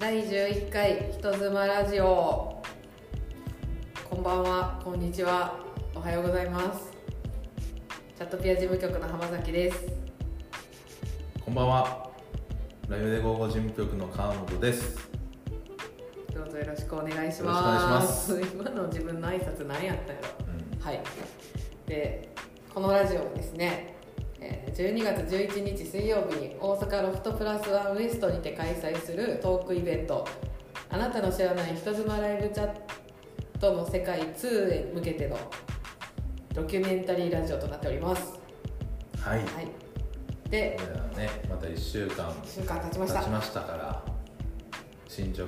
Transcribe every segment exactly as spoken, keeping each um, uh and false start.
だいじゅういっかい人妻ラジオ。こんばんは、こんにちは、おはようございます。チャットピア事務局の浜崎です。 こんばんは、ライブで午後事務局の川本です。 どうぞよろしくお願いします。 よろしくお願いします。 今の自分の挨拶何やったやろ、 うん、 はい。で、このラジオはですね、じゅうにがつじゅういちにち水曜日に大阪ロフトプラスワンウエストにて開催するトークイベント、あなたの知らない人妻ライブチャットの世界ツーへ向けてのドキュメンタリーラジオとなっております。 はい、はい、 で、 これはね、またいっしゅうかんいっしゅうかん経ちました経ちましたから進捗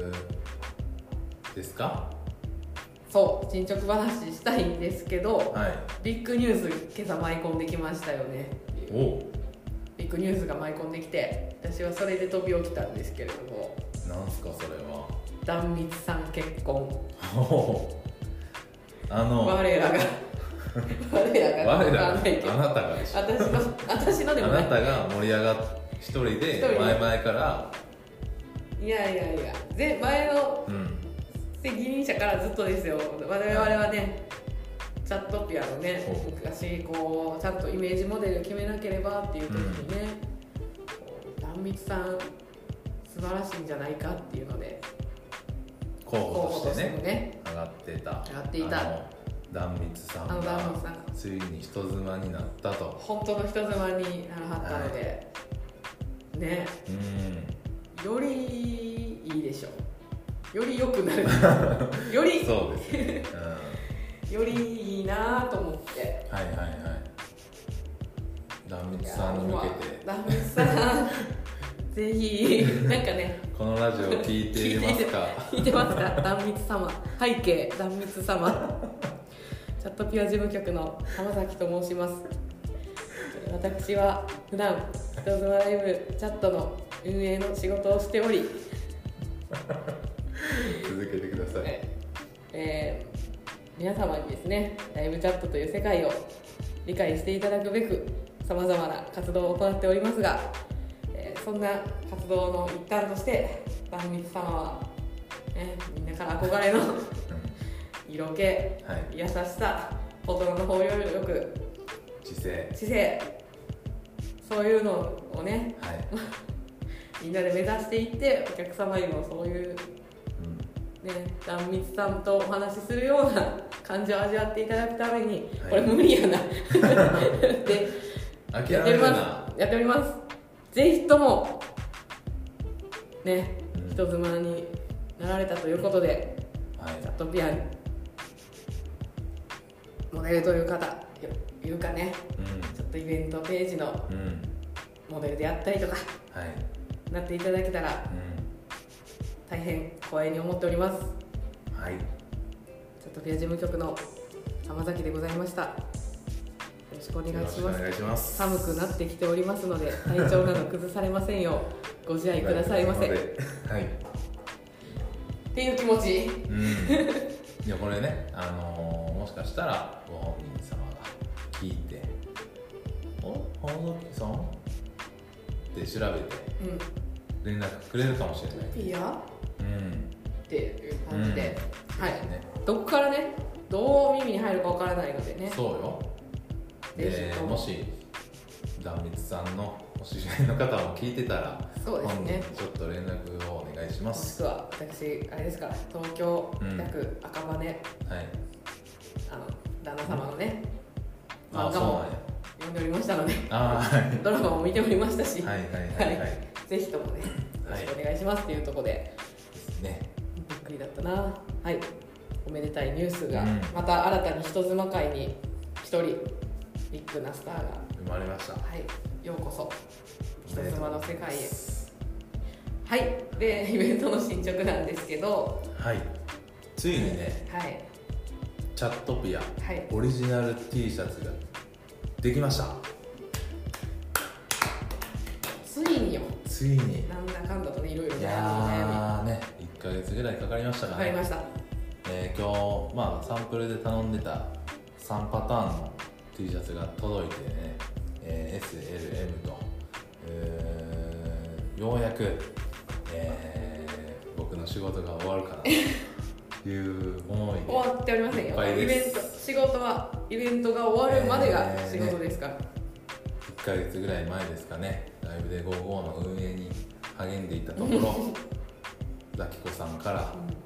ですか？ そう、進捗話したいんですけど、 はい、 ビッグニュース今朝舞い込んできましたよね。 おビッグニュースが舞い込んできて、私はそれで飛び起きたんですけれども、 なんすかそれは。 壇蜜さん結婚。 あの我らが我らが我らがあなたがでしょ。 私の私のでもない。 あなたが盛り上がっ一人で前々からいやいやいや、で前のうん責任者からずっとですよ。我々はね、チャットピアのね、昔こうちゃんとイメージモデル決めなければっていう時にね、壇蜜さん素晴らしいんじゃないかっていうので候補として ね, ね上がってた上がっていたあの壇蜜さんあの壇蜜さがんついに人妻になったと。 本当の人妻にならはったので、はい、ね、 うん、 よりいいでしょう、より良くなるよりそうですね、 うん、よりいいなと思って、 はいはいはい、壇蜜さんに向けて壇蜜さんぜひなんかね、 このラジオ聞いていますか？ 聞いてますか？壇蜜様、背景壇蜜様チャットピア事務局の浜崎と申します。私は普段人妻ライブチャットの運営の仕事をしており続けてください。 ええー、皆様にですね、ライブチャットという世界を理解していただくべくさまざまな活動を行っておりますが、えー、そんな活動の一環として壇蜜様は、ね、みんなから憧れの色気、はい、優しさ、大人の包容力、 知性知性、そういうのをね、 はい、 みんなで目指していって、お客様にもそういう、うんね、壇蜜さんとお話しするような感じを味わっていただくために、はい、これ無理やなで諦めるな、 やっております。ぜひともね、 うん、 人妻になられたということで、はい、チャットピアにモデルという方いうかね、うん、ちょっとイベントページのモデルであったりとか、 はい、 なっていただけたら、うん、大変光栄に思っております。 はい、 チャットピア事務局の浜崎でございました。よろしくお願いします。 お願いします。 寒くなってきておりますので、体調など崩されませんようご自愛くださいませ。はい。っていう気持ち。 うん、いやこれね、あのー、もしかしたらご本人様が聞いて、お、浜崎さんって調べて、うん、連絡くれるかもしれない。 いや、うん、っていう感じで、うん、はい、ね、どこからね、どう耳に入るかわからないのでね。 そうよ。で、もし壇蜜さんのお知り合いの方も聞いてたら、 そうですね、 ちょっと連絡をお願いします。 もしくは私あれですから東京北区赤羽、うん、はい、あの旦那様のね、うん、漫画も読んでおりましたので、 あ、はい、 ドラマも見ておりましたし、 はいはいはいはい、 ぜひともね、よろしくお願いしますっていうところで、 ね、 びっくりだったな。はい、おめでたいニュースが、うん、また新たに人妻界に一人ビッグなスターが生まれました。 はい、ようこそ人妻の世界へ。はい、でイベントの進捗なんですけど、 はい、ついにね、 はい、 チャットピア、 はい、 オリジナル T シャツができました。 ついによ。 ついに。 なんだかんだとね、いろいろいやーね、いっかげつぐらいかかりましたかね。 かかりました。 えー、今日、まあ、サンプルで頼んでたさんパターンの T シャツが届いてね、えー、エス、エル、エム と、えー、ようやく、えの仕事が終わるかなという思いで終わっておりませんよ。イベント仕事はイベントが終わるまでが仕事ですから、えーね、 いっかげつぐらい前ですかね、ライブでごじゅうごの運営に励んでいたところザキコさんから、うん、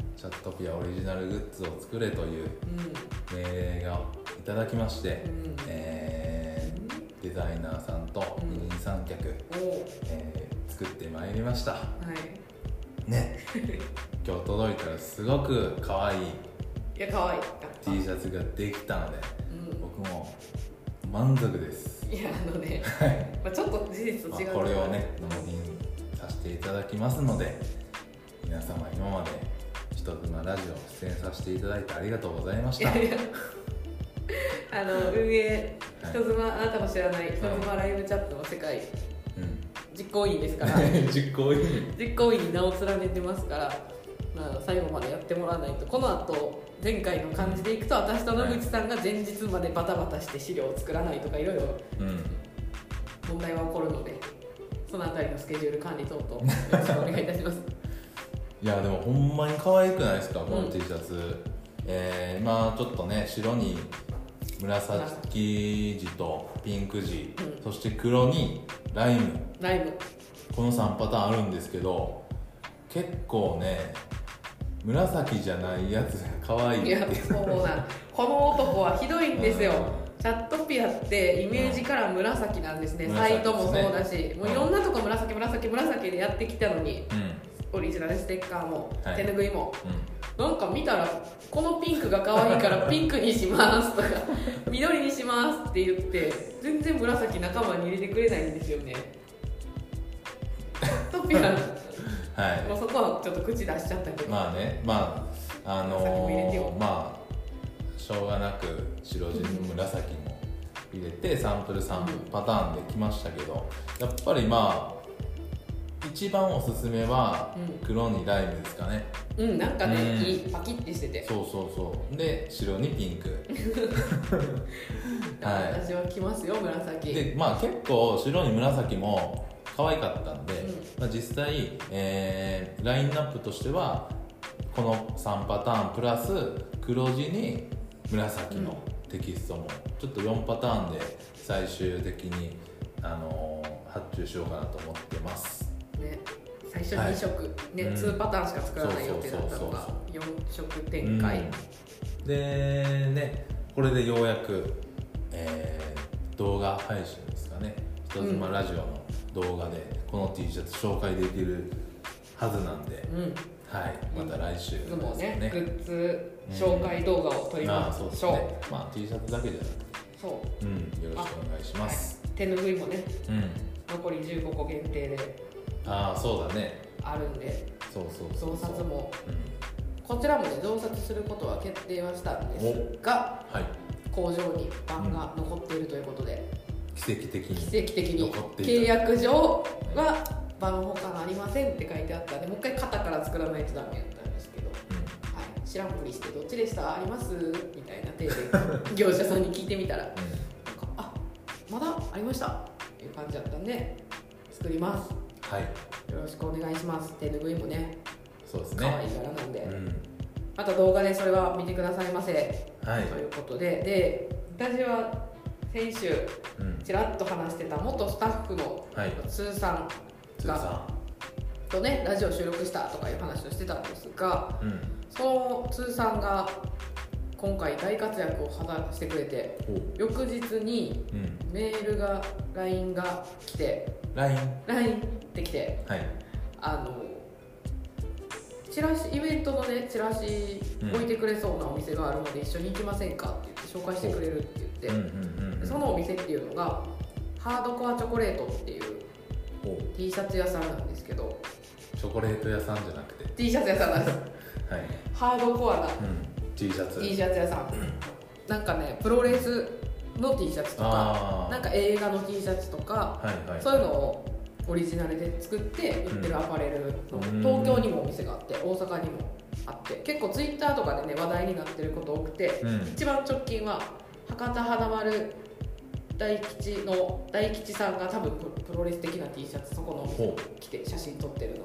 チャットピアオリジナルグッズを作れという命令がいただきまして、うんえー、デザイナーさんと二人三脚、うんえー、作ってまいりました、はいね、今日届いたらすごく可愛いいや可愛い T シャツができたので、うん、僕も満足です。 いやあのね、まあちょっと事実と違う、 まあ、これをね納品させていただきますので、皆様今まで人妻ラジオ出演させていただいてありがとうございました。いやいやあの運営人妻、はい、あなたの知らない人妻ライブチャットの世界、うん、実行委員ですから実行委員実行委員に名を連ねてますから、まあ、最後までやってもらわないと。この後前回の感じでいくと、私と野口さんが前日までバタバタして資料を作らないとかいろいろ問題は起こるので、そのあたりのスケジュール管理等々よろしくお願いいたしますいやでもほんまに可愛くないですか、この T シャツ、うんえー、まあちょっとね白に紫地とピンク地、うん、そして黒にライムライムこのさんパターンあるんですけど、結構ね紫じゃないやつが可愛いって。 いやそうなんこの男はひどいんですよ、うん、チャットピアってイメージカラー紫なんですね、うん、サイトもそうだし、ね、もういろんなとこ紫紫紫でやってきたのに、うん、オリジナルステッカーも、はい、手ぬぐいも、うん、なんか見たらこのピンクが可愛いからピンクにしますとか緑にしますって言って全然紫仲間に入れてくれないんですよねチャットピアはい、もうそこはちょっと口出しちゃったけど、 まあね、まああのー、まあしょうがなく白地に紫も入れてサンプルさんパターンできましたけど、やっぱりまあ一番おすすめは黒にライムですかね。 うん、なんかね、うん、いいパキッてしてて、 そうそうそうで白にピンクはい、私は着ますよ紫で、まあ結構白に紫も可愛かったんで、うんまあ、実際、えー、ラインナップとしてはこのさんパターンプラス黒地に紫のテキストもちょっとよんパターンで最終的に、あのー、発注しようかなと思ってます、 ね、最初に色、はいねうん、にパターンしか作らない予定だったのがよん色展開、 うん、でねこれでようやく、えー、動画配信ですかね、人妻ラジオの動画でこの T シャツ紹介できるはずなんで、うんはい、また来週ですもね、ねグッズ紹介動画を撮りましょう、うん、まあそうですね、 まあ T シャツだけじゃなくてそう、 うん、よろしくお願いします、 はい、手ぬぐいもね、うん、残りじゅうごこ限定でああそうだねあるんでそうそうそうそう増刷も、うん、こちらもね増刷することは決定はしたんですが、はい、工場に版が残っているということで、 うん、奇跡的に奇跡的に契約上は版他がありませんって書いてあったんで、もう一回型から作らないとダメやったんですけど、うんはい、知らんぷりしてどっちでしたありますみたいな手で業者さんに聞いてみたら、うん、なんかあまだありましたっていう感じだったんで作ります。 はい、よろしくお願いします。手ぬぐいもね、 そうですね、 可愛い柄なんで、うん、また動画でそれは見てくださいませ、はい、ということで、で私は先週ちらっと話してた元スタッフの通さんが、とねラジオ収録したとかいう話をしてたんですが、うん、その通さんが今回大活躍を果たしてくれて、翌日にメールが ライン が来てラインライン って来て、はい、あのチラシイベントのねチラシ置いてくれそうなお店があるので一緒に行きませんかって言って紹介してくれるって言って、うんうんうんうん、そのお店っていうのがハードコアチョコレートっていう T シャツ屋さんなんですけど、 チョコレート屋さんじゃなくて T シャツ屋さんなんです、はい、ハードコアな、うん、 T シャツ T シャツ屋さんなんかねプロレスの T シャツとかなんか映画の T シャツとか、はいはい、そういうのをオリジナルで作って売ってるアパレルの、うん、東京にもお店があって大阪にもあって、結構ツイッターとかでね話題になってること多くて、うん、一番直近は博多華丸大吉の大吉さんが多分プロレス的な T シャツそこのお店に来て写真撮ってるのが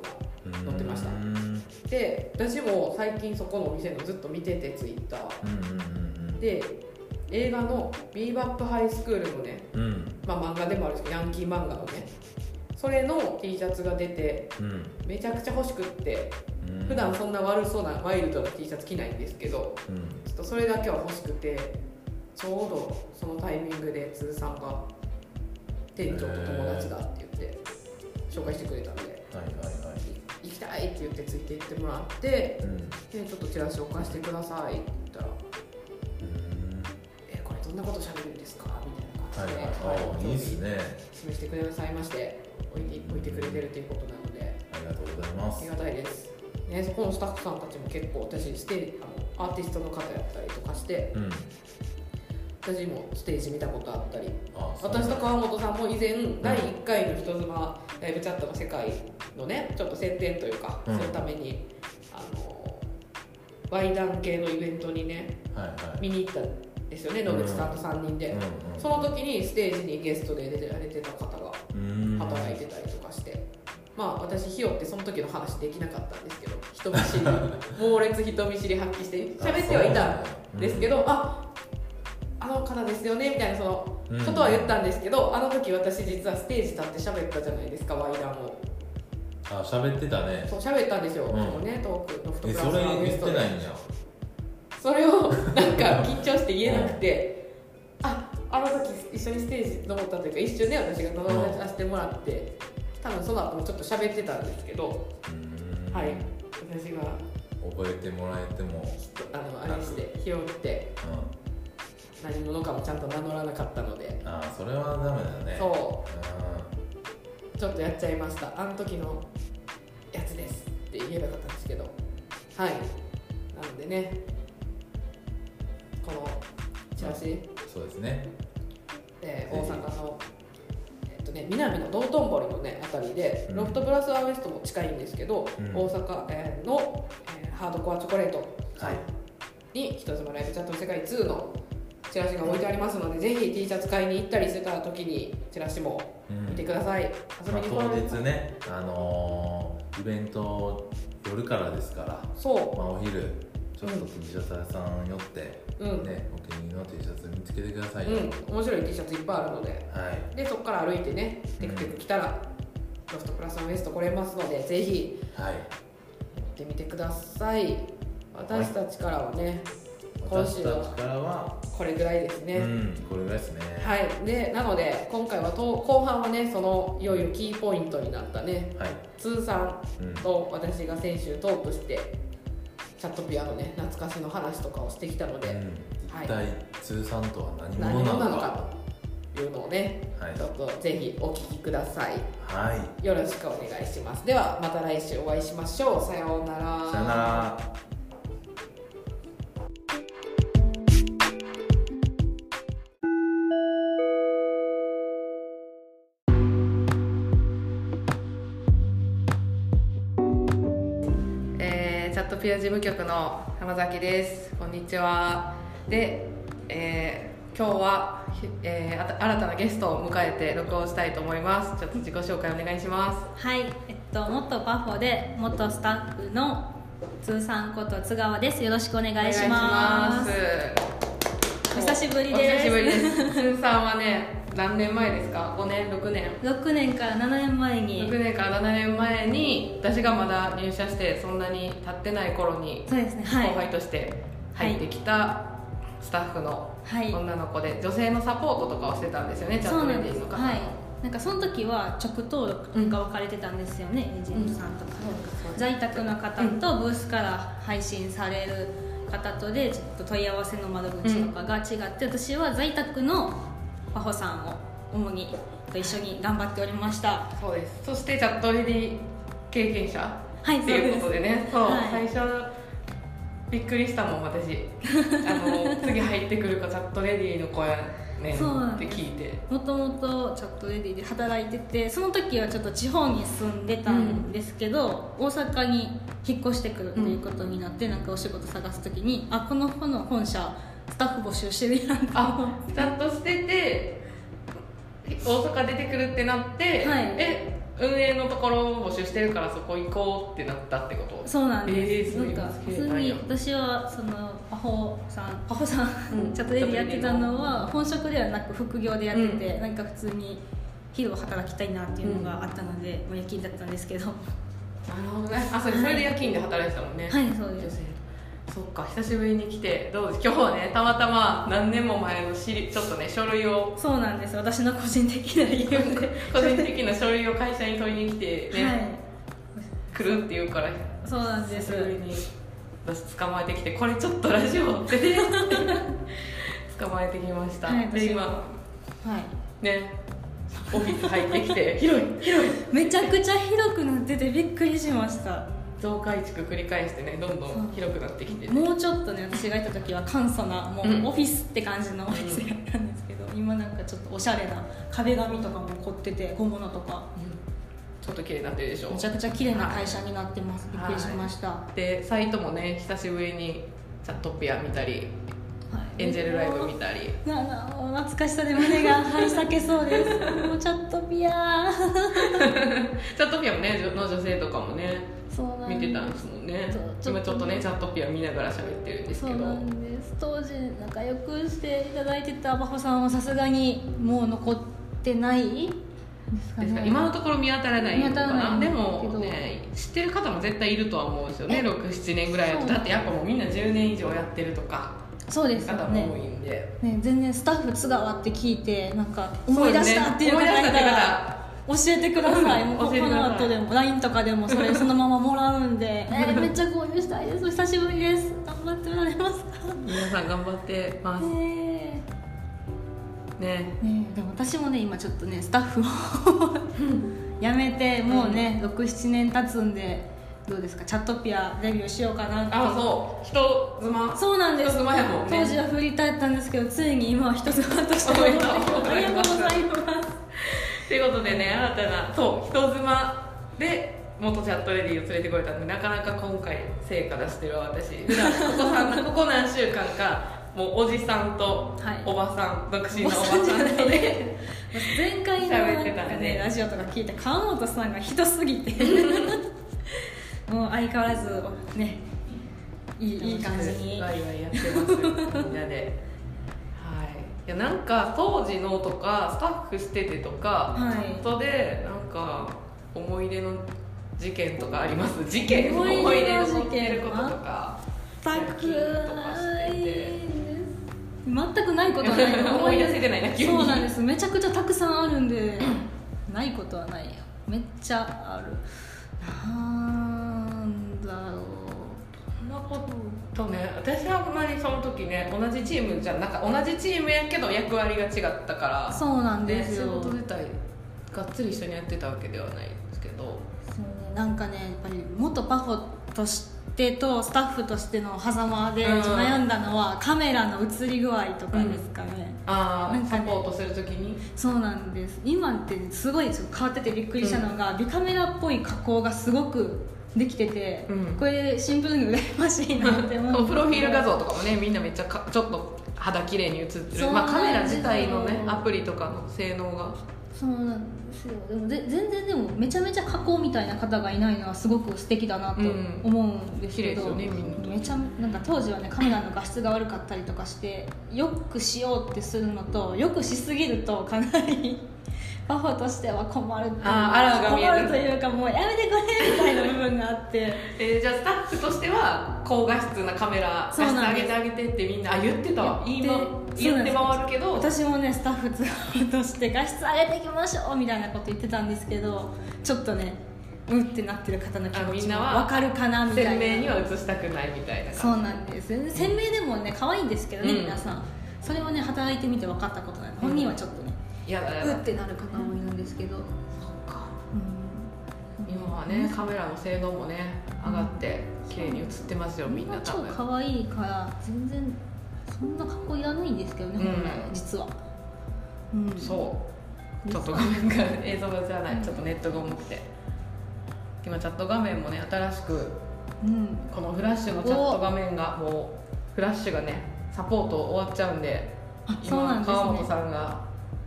載ってました。で私も最近そこのお店のずっと見ててツイッターで、映画のビーバップハイスクールのね、うん、まあ漫画でもあるんですけどヤンキー漫画のねそれの T シャツが出て、うん、めちゃくちゃ欲しくって、うん、普段そんな悪そうなワイルドな T シャツ着ないんですけど、うん、ちょっとそれだけは欲しくて、ちょうどそのタイミングで通さんが店長と友達だって言って紹介してくれたんで、はいはいはい、行きたいって言ってついて行ってもらって、うん、でちょっとチラシを貸してくださいって言ったら、えこれどんなこと喋るんですかみたいな感じで、はいはいはい、いいですね、示してくださいまして、置いて置いてくれてるということなので、 ありがとうございます。 ありがたいです、ね、そこのスタッフさんたちも結構私ステーあのアーティストの方やったりとかして、うん、私もステージ見たことあったり、あ私と川本さんも以前、うん、だいいっかいの人妻ライブチャットの世界のねちょっと宣伝というか、うん、そのためにあのワイダン系のイベントにね、はいはい、見に行ったんですよね、野口さんとさんにんで、うんうんうん、その時にステージにゲストで出られてた方が働いてたりとかして、まあ私ひよってその時の話できなかったんですけど、人見知り猛烈人見知り発揮して喋ってはいたんですけど、あ、ああの方ですよねみたいなそのことは言ったんですけど、うん、あの時私実はステージ立って喋ったじゃないですか、ワイダンを。 あ、喋ってたね。 そう喋ったんですよ、うん、そのねトークのフトプラスワンゲストで。それ言ってないんや。 それをなんか緊張して言えなくて、うん、あ、あの時一緒にステージ登ったというか一緒ね私が登らせてもらって、多分その後もちょっと喋ってたんですけど、はい、私が覚えてもらえてもあのあれして拾って、うん、何者かもちゃんと名乗らなかったので、 ああそれはダメだね。 そう、ちょっとやっちゃいました。あの時のやつですって言えなかったんですけど、はい、なのでねこのチラシ、 そうですね、 えー、大阪の、えーとね、南の道頓堀の、ね、あたりで、うん、ロフトプラスワンウエストも近いんですけど、うん、大阪、えー、の、えー、ハードコアチョコレートに人妻ライブチャットの世界ツーのチラシが置いてありますので、ぜひ T シャツ買いに行ったりした時にチラシも見てください、うん、遊びに来られる、 まあ、当日ね、あのー、イベント夜からですから、 そう、 まあ、お昼ちょっと T シャツ屋さん寄って、うんね、お気に入りの T シャツ見つけてくださいよ、 うん、面白い T シャツいっぱいあるので、はい、でそこから歩いてねテクテク来たら、うん、ロフトプラスワンウエスト来れますので、ぜひ行ってみてください。私たちからはね、はい、今週はこれぐらいですね、うん、 これぐらいですね、 はい、でなので今回はと後半はねそのいよいよキーポイントになったね、はい、通算と私が先週トークしてチャットピアのね懐かしの話とかをしてきたので、うん、 一体通算とは何者なのかというのをね、はい、ちょっとぜひお聞きください、 はい、 よろしくお願いします。ではまた来週お会いしましょう。さようなら。 さようなら。 ピア事務局の浜崎です。こんにちは。で、えー、今日は、えー、新たなゲストを迎えて録音したいと思います。ちょっと自己紹介お願いします。 はい、えっと元パフォで元スタッフの通算こと津川です。よろしくお願いします。お久しぶりです。お久しぶりです。通算はね。何年前ですか？ごねん、ろくねん？ ろくねんからななねんまえに。 ろくねんからななねんまえに私がまだ入社してそんなに経ってない頃に、 そうですね、はい、 後輩として入ってきたスタッフの女の子で、はい、女性のサポートとかをしてたんですよね、チャットレディの方。 はい、なんかその時は直登録が分かれてたんですよね、エージェントさんとか、うん、在宅の方とブースから配信される方とでちょっと問い合わせの窓口とかが違って、うん、私は在宅のパホさんを主にと一緒に頑張っておりました。 そうです。そしてチャットレディ経験者、はい、っていうことでね、そう、はい、最初びっくりしたもん私あの次入ってくるかチャットレディの子やねんって聞いて、 もともとチャットレディで働いてて、その時はちょっと地方に住んでたんですけど、うん、大阪に引っ越してくるっていうことになって、うん、なんかお仕事探す時に、あ、この子の本社スタッフ募集してるやんか、 ちゃんとしてて大阪出てくるってなって、はい、え運営のところを募集してるからそこ行こうってなったってこと？ そうなんです、 えー、 なんか普通に私はそのパホさんパホさん、うん、チャットレディやってたのは本職ではなく副業でやってて、うん、なんか普通に昼を働きたいなっていうのがあったので、うん、夜勤だったんですけど。なるほどね。あ、それ、それで夜勤で働いてたもんね。 はい、そうです。 そっか、久しぶりに来てどうです？今日はね、たまたま何年も前のしりちょっとね書類を。 そうなんです、私の個人的な理由で個人的な書類を会社に取りに来てね、はい、来るって言うから。 そうなんです。 久しぶりに私捕まえてきて、これちょっとラジオってね捕まえてきました、はい、で今はいねオフィス入ってきて広い広いめちゃくちゃ広くなっててびっくりしました。 増改築繰り返してね、どんどん広くなってきて、ね、 もうちょっとね、私がいた時は簡素なもうオフィスって感じのオフィスやったんですけど、うん、今なんかちょっとおしゃれな壁紙とかも凝ってて小物とか、うん、 ちょっと綺麗になってるでしょ。 めちゃくちゃ綺麗な会社になってます。びっくりしました。 はい、でサイトもね久しぶりにチャットピア見たり、はい、エンジェルライブ見たり、 なな懐かしさで胸が張り裂けそうですもうチャットピアチャットピアもねの女性とかもね見てたんですもんね。今ちょっとねチャットピア見ながら喋ってるんですけど、 そうなんです。当時仲良くしていただいてたバホさんはさすがにもう残ってないですかね。 今のところ見当たらないのかな。でもね知ってる方も絶対いるとは思うんですよね。ろく、ななねんぐらいやと。だってやっぱもうみんなじゅうねん以上やってるとか、 そうですよね、 方も多いんで、 ね、全然スタッフ津川って聞いてなんか思い出したっていう方がいたら教えてください。もうこの後でも ライン とかでもそれそのままもらうんでえー、めっちゃ購入したいです。久しぶりです。頑張っておられますか？ 皆さん頑張ってます、えー、ねね。でも私もね今ちょっとねスタッフを辞めてもうね、うん、ろく、ななねん経つんでどうですか、チャットピアデビューしようかなって。 あ、そう人妻。 そうなんです。 人妻やもんね。 当時はフリーターやったんですけどついに今は人妻としてありがとうございますということでね、新たなそう人妻で元チャットレディを連れてこれたんで、なかなか今回成果出してる私普段ここさんここ何週間かもうおじさんとおばさん、はい、独身のおばさんとで前回のなんかねラジオとか聞いて川本さんがひどすぎてもう相変わらずねいい、いい感じにワイワイやってますみんなでいやなんか当時のとかスタッフしててとか、はい、後でなんか思い出の事件とかあります？事件思い出の事件こととか全くない全くないことはない思い出せてないな。 そうなんです。めちゃくちゃたくさんあるんでないことはないよ。めっちゃある。なんだろう、 そんなことね。私はあんまりその時ね同じチームじゃなか同じチームやけど役割が違ったから、 そうなんですよ、 ね、仕事自体がっつり一緒にやってたわけではないですけど、 そう、ね、なんかねやっぱり元パフォとしてとスタッフとしての狭間で悩んだのはカメラの映り具合とかですかね、 うん、ああ、なんかね、サポートするときにそうなんです。今ってすごい変わっててびっくりしたのが、うん、ビカメラっぽい加工がすごくできてて、うん、これシンプルに羨ましいなって思うプロフィール画像とかもねみんなめっちゃかちょっと肌綺麗に写ってる、まあ、カメラ自体のねアプリとかの性能がそうなんですよ。でもで全然でもめちゃめちゃ加工みたいな方がいないのはすごく素敵だなと思うんですけど、うん、綺麗ですよね、みんな。めちゃなんか当時はねカメラの画質が悪かったりとかしてよくしようってするのとよくしすぎるとかなりパフォとしては困るああらが見える困るというかもうやめてくれみたいな部分があってえー、じゃあスタッフとしては高画質なカメラ画質上げてあげてってみんなあ言ってたわ言って言って回るけど私もねスタッフとして画質上げていきましょうみたいなこと言ってたんですけどちょっとねうってなってる方の気持ちも分かるかなみたいな。 鮮明には映したくないみたいな感じ。 そうなんです。鮮明でもね可愛いんですけどね、うん、皆さんそれをね働いてみて分かったことない、うん、本人はちょっとねやだやだうってなる方もいるんですけど、うん、 そっか、うん、今はねカメラの性能もね上がって綺麗に映ってますよ、うん、みんな多分超可愛いから全然そんな格好いらないんですけどね、うん、本来実は、 うん、そうちょっと画面が映像がじゃない、うん、ちょっとネットが重くて今チャット画面もね新しく、うん、このフラッシュのチャット画面がもうフラッシュがねサポート終わっちゃうんで今川本さんが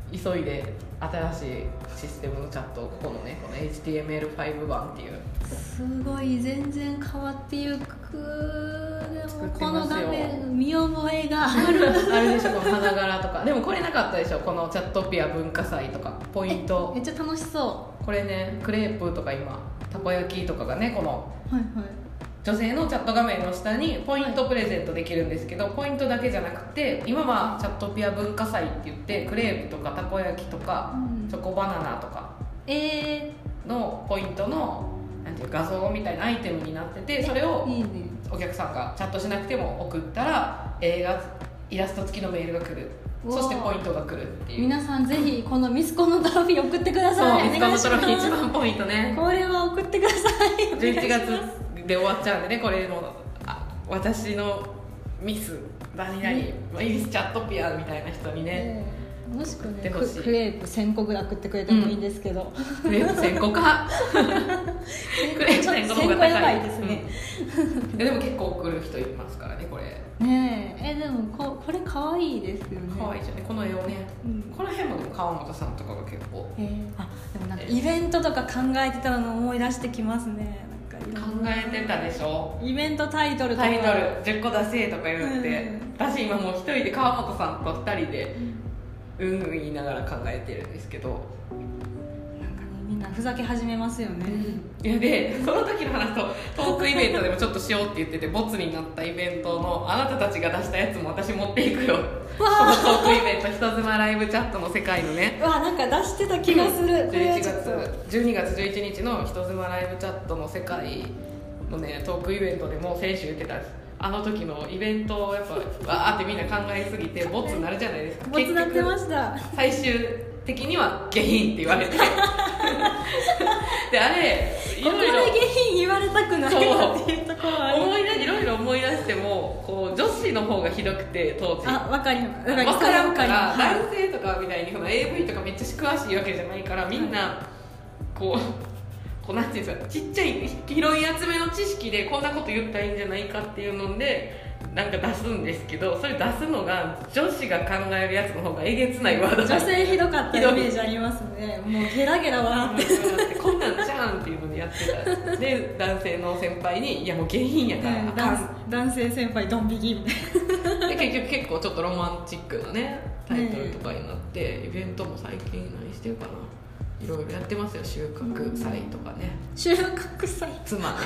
急いで新しいシステムのチャットをここのねこの エイチティーエムエルファイブ 版っていうすごい全然変わってゆく。でもこの画作ってますよ面見覚えがあるあれでしょこの花柄とかでもこれなかったでしょこのチャットピア文化祭とかポイントめっちゃ楽しそこれねクレープとか今たこ焼きとかがねこのう。はいはい。 女性のチャット画面の下にポイントプレゼントできるんですけど、ポイントだけじゃなくて今はチャットピア文化祭って言ってクレープとかたこ焼きとか、 うんチョコバナナとかえのポイントのなんていう画像みたいなアイテムになっててそれをー、いいね。 お客さんがチャットしなくても送ったら映画イラスト付きのメールが来るうわそしてポイントが来るっていう皆さんぜひこのミスコのトロフィー送ってくだそうさい。 ミスコのトロフィー一お願いします番ポイントねこれは送ってください。 じゅういちがつお願いしますで終わっちゃうんでねこれもあ私のミス何々、まあ、ミスチャットピアみたいな人にね、 えーもしくはね送ってほしいククレープせんこぐらい送ってくれてもいいんですけど、 クレープせんこかクレープせんこの方がせんこやば高いいですね、 うんでも結構送る人いますからねこれねええでもここれ可愛いですよね。 可愛いじゃんねこの絵をね、 うんこの辺もでも川本さんとかが結構えーあでもなんかイベントとか考えてたのを思い出してきますね。なんかいろんな考えてたでしょイベントタイトルとかタイトルじゅっこ出せとか言って、 うん私今もう一人で川本さんと二人でうんうん言いながら考えてるんですけど、 なんかねみんなふざけ始めますよね、 いやでその時の話とトークイベントでもちょっとしようって言っててボツになったイベントのあなたたちが出したやつも私持っていくよこのトークイベント人妻ライブチャットの世界のねうわなんか出してた気がする。これは 11 ちょっと月じゅうにがつじゅういちにちの人妻ライブチャットの世界のねトークイベントでも先週言ってたんです。あの時のイベントをやっぱわーってみんな考えすぎてボツになるじゃないですか。 ボツなってました結局最終的には下品って言われてであれいここでろいろ下品言われたくないなっていうところはあります思い出いろいろ思い出してもこう女子の方がひどくて当時あ分かります分からんからわかります男性とかみたいにこの エーブイ とかめっちゃ詳しいわけじゃないからみんなこうこうなんていうんですかちっちゃい拾い集めの知識でこんなこと言ったらいいんじゃないかっていうのでなんか出すんですけどそれ出すのが女子が考えるやつの方がえげつないワード女性ひどかったイメージありますね。もうゲラゲラ笑ってこんなんじゃんっていうのでやってたで男性の先輩にいやもう下品やからあかん男男性先輩ドン引きみたいなで結局結構ちょっとロマンチックなねタイトルとかになって、イベントも最近何してるかないろいろやってますよ収穫祭とかね収穫祭妻ね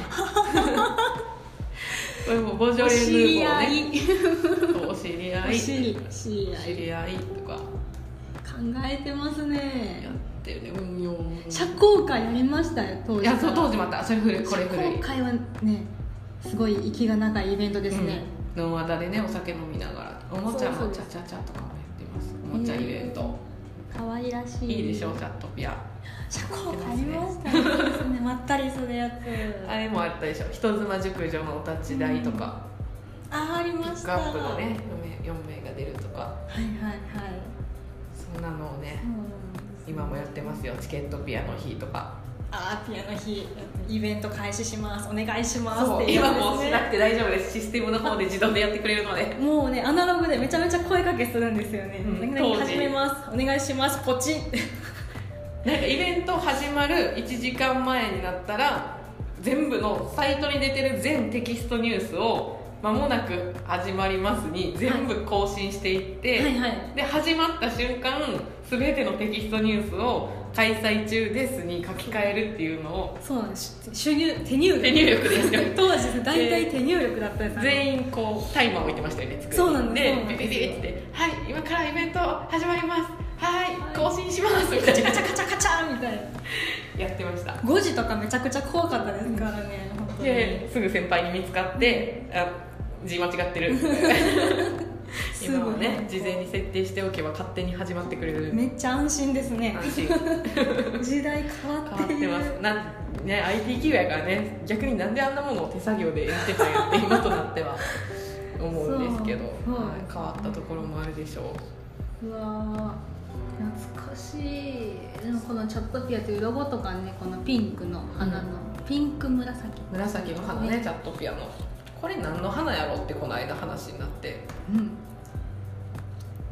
これもボジョレ・ヌお知りーボー合いねお知り合いお知り知り合い知り合いとか考えてますね。 やってるね運用社交界やりましたよ当時。 いやそう当時またそれ古いこれ古い社交界はねすごい息が長いイベントですね、 うん、ノンアダでねお酒飲みながらおもちゃそうそうもチャチャチャとかもやってますおもちゃイベント可愛らしい。 いいでしょチャットピア社交界ありましたねそうですねまったりするやつあれもあったでしょ人妻熟女のお立ち台とか、 あありピックましたアップのねよんめいが出るとかはいはいはいそんなのをねうん今もやってますよチケットピアの日とかあーピアノ日イベント開始しますお願いしますそうっていうやつですね今もうしなくて大丈夫ですシステムの方で自動でやってくれるのでもうねアナログでめちゃめちゃ声かけするんですよね、 うん何々 当時始めますお願いしますポチッなんかイベント始まるいちじかんまえになったら全部のサイトに出てる全テキストニュースを間もなく始まりますに全部更新していって、 はいはいで始まった瞬間全てのテキストニュースを開催中ですに書き換えるっていうのをそうなんです手入手入力手入力でやってま当時大体手入力だったんです全員こうタイマー置いてましたよね作りそうなんですそうなんでですビビビって「はい今からイベント始まりますはい更新します」みたいなカチャカチャカチャみたいなやってましたごじとかめちゃくちゃ怖かったですからね本当にですぐ先輩に見つかって「あ字間違ってる」 すぐ今はね事前に設定しておけば勝手に始まってくれるめっちゃ安心ですね安心時代変わってる変わってますなんね アイティー 企業やからね逆になんであんなものを手作業でやってたんやって今となっては思うんですけど、 そうはい変わったところもあるでしょううわー懐かしいでもこのチャットピアというロゴとかねこのピンクの花の、 うん、 ピンク紫紫の花ねチャットピアノこれ何の花やろってこの間話になってうん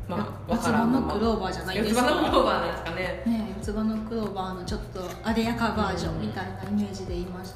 まあ四つ葉のクローバーじゃないですか。 四つ葉のクローバーなんですかね。 ね、四つ葉のクローバーのちょっとあでやかバージョンみたいなイメージで言いました。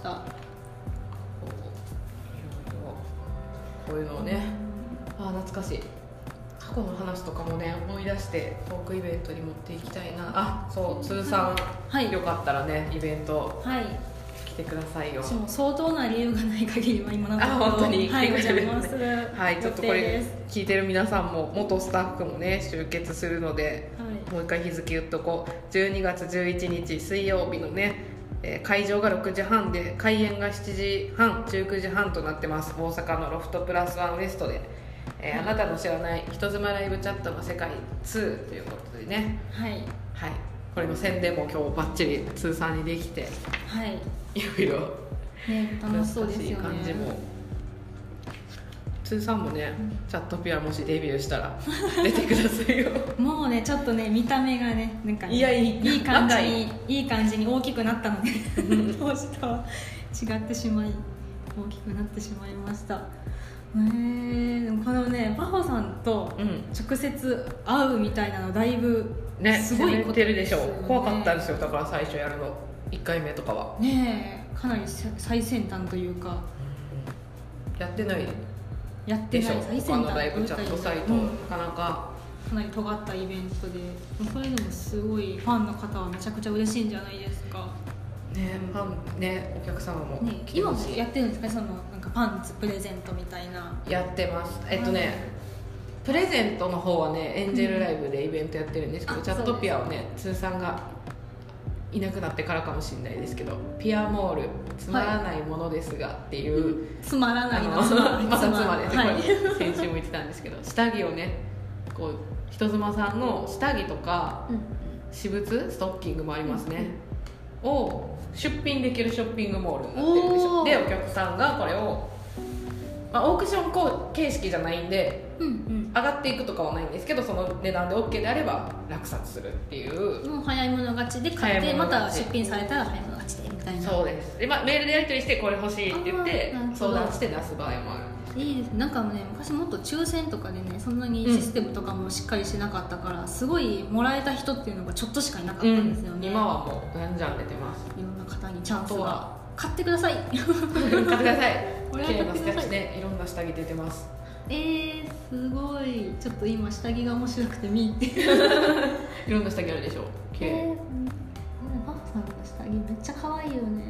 こういうのをね、ああ懐かしい。過去の話とかもね思い出してトークイベントに持っていきたいな。あ、そう通算、はい、よかったらねイベント、はい、来てくださいよ。 私も相当な理由がない限りは今のところ、 あ、本当にはい、お邪魔すするはい、ちょっとこれ聞いてる皆さんも元スタッフもね集結するので、はい、もう一回日付言っとこう。じゅうにがつじゅういちにち水曜日のね、えー、会場がろくじはんで開演がしちじはん、じゅうくじはんとなってます。大阪のロフトプラスワンウエストで、えー、あなたの知らない人妻ライブチャットの世界ツーということでね、はい、はい、これの宣伝も今日バッチリ通算にできて、はい、いろいろ、 ね、楽しそうですよね。 感じも通算もね、うん、チャットピアもしデビューしたら出てくださいよもうねちょっとね見た目がねなんかね、 いやいいいい感じにいい感じに大きくなったので当時とは違ってしまい大きくなってしまいました。えー、でもこのねパホさんと直接会うみたいなのだいぶすごいことですよね。 ね、攻めてるでしょ。怖かったんですよ。だから最初やるのいっかいめとかはねえかなり最先端というか、 やってないやってない最先端他のライブチャットサイト、うん、なかなかかなり尖ったイベントで、それでもすごいファンの方はめちゃくちゃ嬉しいんじゃないですかね。ファンね、お客様も、ね、 今もやってるんですか、そのなんかパンツプレゼントみたいな。 やってます。えっとね、プレゼントの方はねエンジェルライブでイベントやってるんですけど、うん、チャットピアはね通算がいなくなってからかもしれないですけど、ピアモールつまらないものですがっていう、はい、 つまらないのまた妻です、はい、先週も言ってたんですけど、下着をねこう人妻さんの下着とか、うん、私物ストッキングもありますね、うん、を出品できるショッピングモールになってるんですよ。でお客さんがこれを、まあ、オークション形式じゃないんで、うんうん、上がっていくとかはないんですけど、その値段で OK であれば落札するっていう、 もう早い者勝ちで買ってまた出品されたら早い者勝ちでみたいな。 そうです。で、まあ、メールでやり取りしてこれ欲しいって言って相談して出す場合もある。 いいです。なんかね昔もっと抽選とかでねそんなにシステムとかもしっかりしてなかったから、うん、すごいもらえた人っていうのがちょっとしかいなかったんですよね、 うん、今はもうじゃんじゃん出てます。 いろんな方にチャンスが。買ってください買ってください綺麗なステッチね、いろんな下着出てます。 えー、すごい。ちょっと今下着が面白くて見ていろんな下着あるでしょ。綺麗。えー、 パパさんの下着めっちゃ可愛いよね。ね、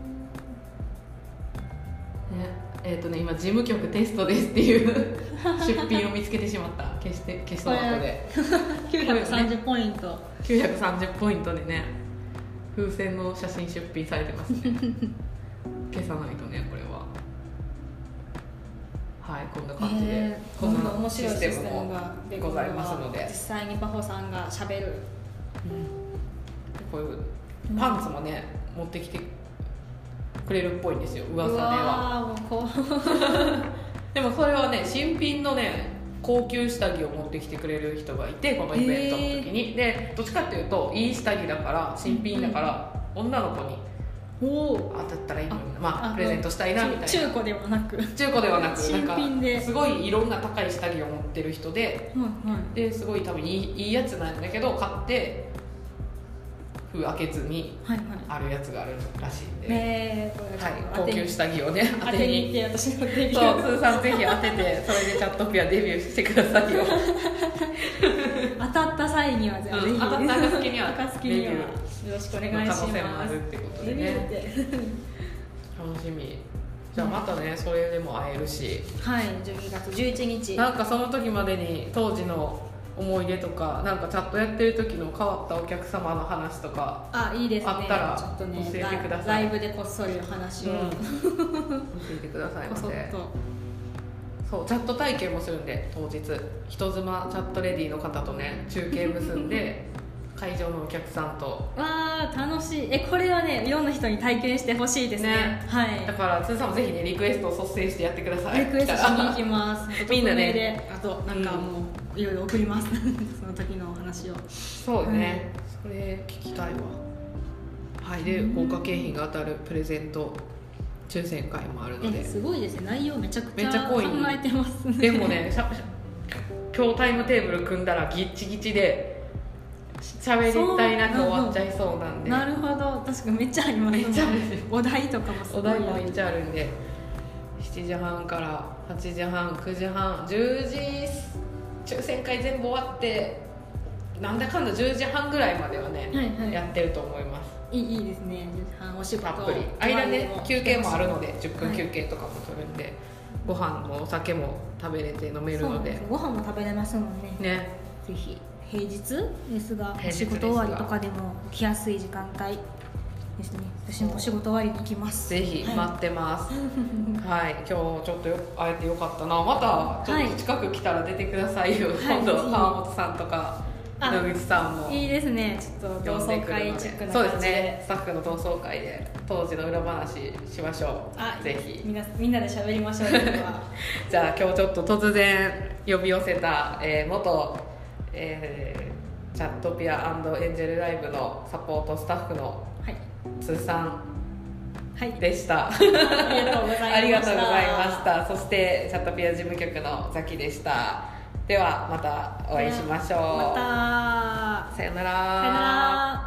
えっ、ー、とね今事務局テストですっていう出品を見つけてしまった。消して消した後できゅうひゃくさんじゅうポイントきゅうひゃくさんじゅうポイントでね風船の写真出品されてますね消さないとねこれは。はい、こんな感じで、えー、こんな面白いシステムがございますので、 実際にパホさんがしゃべる、うん、 こういうパンツもね、うん、持ってきてくれるっぽいんですよ噂では。もうこうでもそれはね新品のね高級下着を持ってきてくれる人がいて、このイベントの時に、えー、でどっちかっていうといい下着だから新品だから、うん、女の子にお当たったらいいのに、まあ、プレゼントしたいなみたいな。 中古ではなく中古ではなく新品で、 なんかすごいいろんな高い下着を持ってる人で、うんうん、ですごい多分いい、いいやつなんだけど買って封開けずにあるやつがあるらしいんで、はいはいねはい、高級下着をね当てに行って私のデビューそう通算ぜひ当ててそれでチャットピアデビューしてくださいよ当たった際にはじゃあぜひ、うん、 当たった暁には暁にはよろしくお願いします。 可能性もあるってことでね楽しみ。じゃあまたね、それでも会えるし、 はい、じゅうにがつじゅういちにちなんかその時までに当時の思い出とか、なんかチャットやってる時の変わったお客様の話とかあいいですね、 あったらちょっとね教えてください。ライブでこっそりお話を、うん、教えてくださいませ。そうチャット体験もするんで、当日人妻チャットレディの方とね中継結んで会場のお客さんとわー楽しい。えこれはねいろんな人に体験してほしいです ね, ね、はい、 だからつーさんもぜひねリクエストを率先してやってください。 リクエストしに行きますみんなねあとなんかもういろいろ送りますその時のお話を。 そうね、うん、それ聞きたいわ。はいで豪華景品が当たるプレゼント抽選会もあるので、 すごいですね。内容めちゃくちゃ考えてますね。 でもね今日タイムテーブル組んだらギッチギチで喋りたいなく終わっちゃいそうなんで。 なるほど、確かにめっちゃあります。 めっちゃあるお題とかもすごいお題もめっちゃあるんで、しちじはんからはちじはん、くじはん、じゅうじ抽選会全部終わってなんだかんだじゅうじはんぐらいまではね、 はいはい、 やってると思います。 いい、いいですね。じゅうじはんお仕事たっぷり間ね休憩もあるのでじゅっぷん休憩とかも取るんで、はい、ご飯もお酒も食べれて飲めるので、 そうご飯も食べれますもんね。 ね、 ぜひ平日ですが平日仕事終わりとかでも来やすい時間帯ですね。私も仕事終わりに来ます。 ぜひ待ってます。はい、はい、今日ちょっとよ会えてよかったな。またちょっと近く来たら出てくださいよ。はい、今度川本さんとか野口さんもいいですね。ちょっと同窓会チックな感じで。 そうですね。スタッフの同窓会で当時の裏話しましょう。 あ、 ぜひみんなみんなで喋りましょう。 じゃあ今日ちょっと突然呼び寄せた、えー、元、えー、チャットピア&エンジェルライブのサポートスタッフの通さんでした、はい、 ありがとうございました。 ありがとうございました。そしてチャットピア事務局のザキでした。ではまたお会いしましょう。 またさよなら。 さよなら。